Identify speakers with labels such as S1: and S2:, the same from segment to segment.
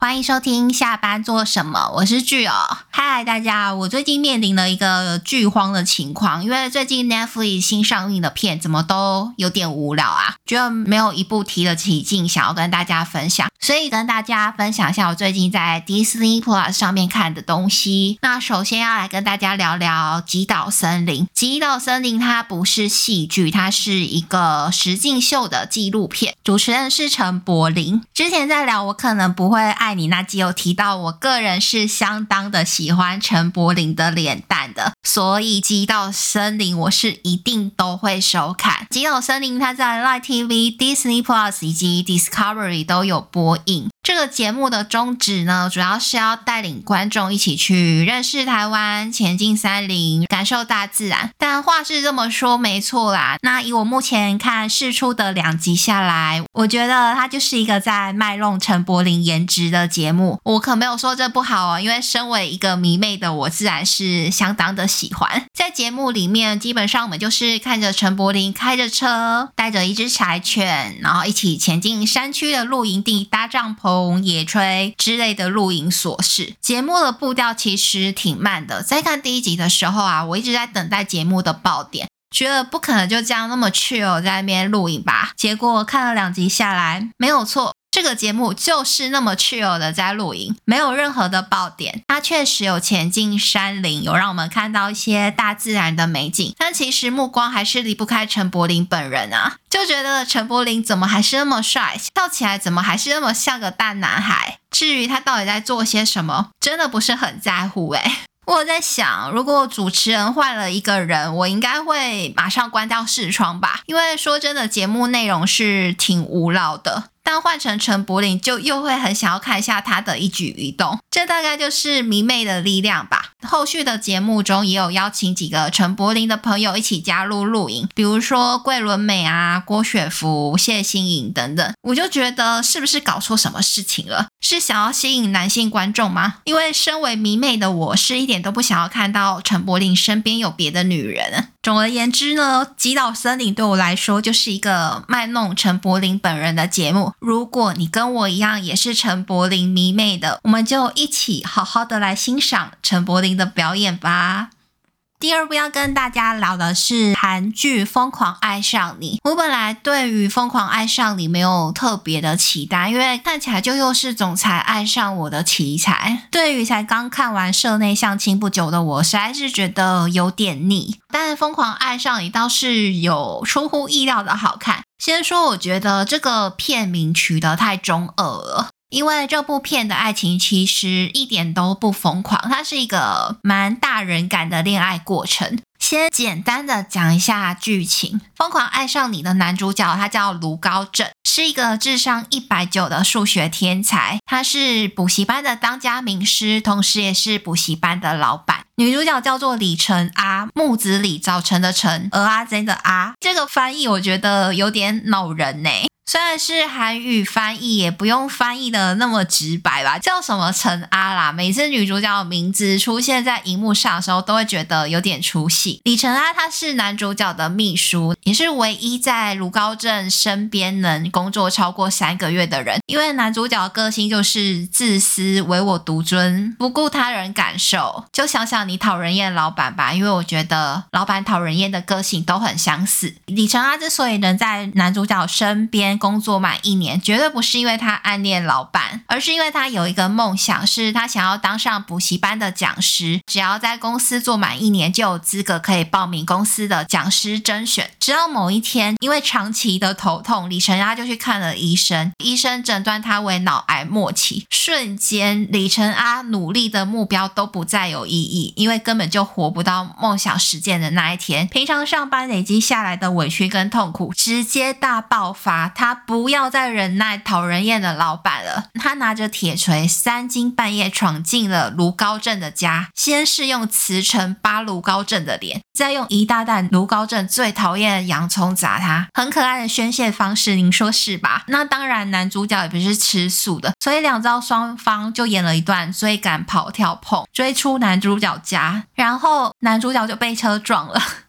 S1: 欢迎收听下班做什么，我是巨哦。嗨，大家，我最近面临了一个剧荒的情况，因为最近 Netflix 新上映的片怎么都有点无聊啊，觉得没有一部提得起劲想要跟大家分享，所以跟大家分享一下我最近在 Disney Plus 上面看的东西。那首先要来跟大家聊聊极岛森林。极岛森林它不是戏剧，它是一个实境秀的纪录片，主持人是陈柏霖。之前在聊我可能不会爱你那集有提到，我个人是相当的喜欢陈柏霖的脸蛋的，所以极岛森林我是一定都会收看。极岛森林它在 Line TV、Disney Plus 以及 Discovery 都有播映。这个节目的宗旨呢，主要是要带领观众一起去认识台湾，前进山林，感受大自然。但话是这么说没错啦，那以我目前看释出的2集下来，我觉得它就是一个在卖弄陈柏霖颜值的节目。我可没有说这不好哦，因为身为一个迷妹的我自然是相当的喜欢。在节目里面基本上我们就是看着陈柏霖开着车，带着一只柴犬，然后一起前进山区的露营地，搭帐篷、野炊之类的露营琐事。节目的步调其实挺慢的，在看第1集的时候啊，我一直在等待节目的爆点，觉得不可能就这样那么 chill 在那边露营吧。结果看了2集下来，没有错，这个节目就是那么 chill 的在露营，没有任何的爆点。它确实有前进山林，有让我们看到一些大自然的美景，但其实目光还是离不开陈柏霖本人啊，就觉得陈柏霖怎么还是那么帅，笑起来怎么还是那么像个大男孩。至于他到底在做些什么，真的不是很在乎我在想，如果主持人换了一个人，我应该会马上关掉视窗吧，因为说真的，节目内容是挺无聊的。但换成陈柏霖就又会很想要看一下他的一举一动，这大概就是迷妹的力量吧。后续的节目中也有邀请几个陈柏霖的朋友一起加入露营，比如说桂纶镁啊、郭雪芙、谢欣颖等等。我就觉得是不是搞错什么事情了？是想要吸引男性观众吗？因为身为迷妹的我是一点都不想要看到陈柏霖身边有别的女人。总而言之呢，极岛森林对我来说就是一个卖弄陈柏霖本人的节目。如果你跟我一样也是陈柏霖迷妹的，我们就一起好好的来欣赏陈柏霖的表演吧。第2部要跟大家聊的是韩剧《疯狂爱上你》。我本来对于《疯狂爱上你》没有特别的期待，因为看起来就又是总裁爱上我的题材。对于才刚看完社内相亲不久的我，实在是觉得有点腻。但《疯狂爱上你》倒是有出乎意料的好看。先说我觉得这个片名取得太中二了，因为这部片的爱情其实一点都不疯狂，它是一个蛮大人感的恋爱过程。先简单的讲一下剧情。疯狂爱上你的男主角他叫卢高正，是一个智商190的数学天才，他是补习班的当家名师，同时也是补习班的老板。女主角叫做李晨阿，木子李早晨的晨，阿珍的阿。这个翻译我觉得有点恼人虽然是韩语翻译，也不用翻译的那么直白吧，叫什么陈阿啦，每次女主角的名字出现在荧幕上的时候都会觉得有点出戏。李晨阿他是男主角的秘书，也是唯一在卢高正身边能工作超过3个月的人，因为男主角的个性就是自私、唯我独尊，不顾他人感受。就想想你讨人厌的老板吧，因为我觉得老板讨人厌的个性都很相似。李晨阿之所以能在男主角身边工作满1年，绝对不是因为他暗恋老板，而是因为他有一个梦想，是他想要当上补习班的讲师，只要在公司做满1年就有资格可以报名公司的讲师甄选。直到某一天，因为长期的头痛，李晨阿就去看了医生，医生诊断他为脑癌末期。瞬间李晨阿努力的目标都不再有意义，因为根本就活不到梦想实践的那一天。平常上班累积下来的委屈跟痛苦直接大爆发，他不要再忍耐讨人厌的老板了。他拿着铁锤3更半夜闯进了卢高正的家，先是用瓷尘扒卢高正的脸，再用一大袋卢高正最讨厌的洋葱砸他。很可爱的宣泄方式，您说是吧？那当然男主角也不是吃素的，所以2招双方就演了一段追赶跑跳碰，追出男主角家，然后男主角就被车撞了。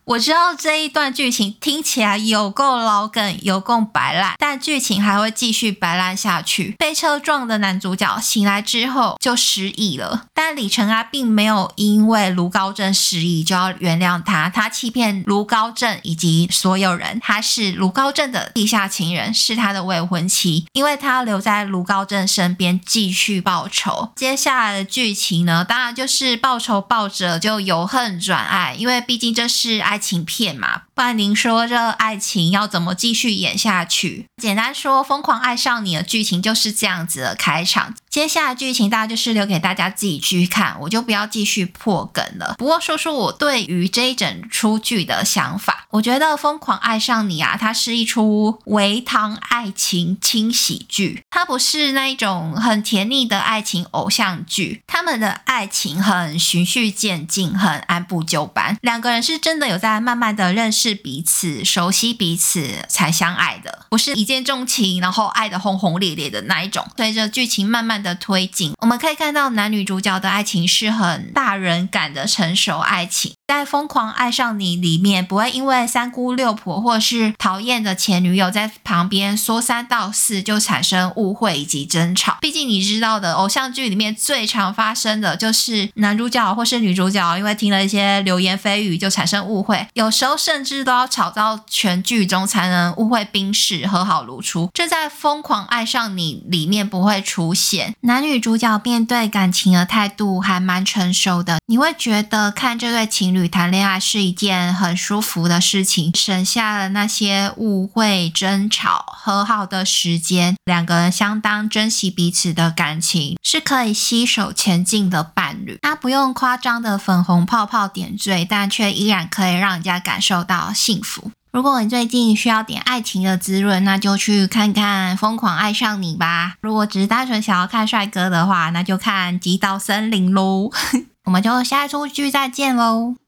S1: 我知道这一段剧情听起来有够老梗，有够白烂，但剧情还会继续白烂下去。被车撞的男主角醒来之后就失忆了，但李承阿并没有因为卢高正失忆就要原谅他，他欺骗卢高正以及所有人，他是卢高正的地下情人，是他的未婚妻，因为他要留在卢高正身边继续报仇。接下来的剧情呢，当然就是报仇报着就由恨转爱，因为毕竟这是爱情片嘛，不然您说这爱情要怎么继续演下去？简单说，疯狂爱上你的剧情就是这样子的开场，接下来剧情大概就是留给大家自己去看，我就不要继续破梗了。不过说说我对于这一整出剧的想法，我觉得疯狂爱上你啊，它是一出微糖爱情轻喜剧，它不是那一种很甜腻的爱情偶像剧，他们的爱情很循序渐进，很按部就班，两个人是真的有在慢慢的认识彼此，熟悉彼此才相爱的，不是一见钟情然后爱的轰轰烈烈的那一种。随着剧情慢慢的推进，我们可以看到男女主角的爱情是很大人感的成熟爱情，在疯狂爱上你里面不会因为三姑六婆或是讨厌的前女友在旁边说三道四就产生误会以及争吵。毕竟你知道的，偶像剧里面最常发生的就是男主角或是女主角因为听了一些流言蜚语就产生误会，有时候甚至都要吵到全剧中才能误会冰释，和好如初。这在疯狂爱上你里面不会出现，男女主角面对感情的态度还蛮成熟的，你会觉得看这对情侣谈恋爱是一件很舒服的事情，省下了那些误会争吵，和好的时间，两个人相当珍惜彼此的感情，是可以携手前进的伴侣。他不用夸张的粉红泡泡点缀，但却依然可以让人家感受到幸福。如果你最近需要点爱情的滋润，那就去看看《疯狂爱上你》吧。如果只是单纯想要看帅哥的话，那就看《极道森林》咯。我们就下一出剧再见咯。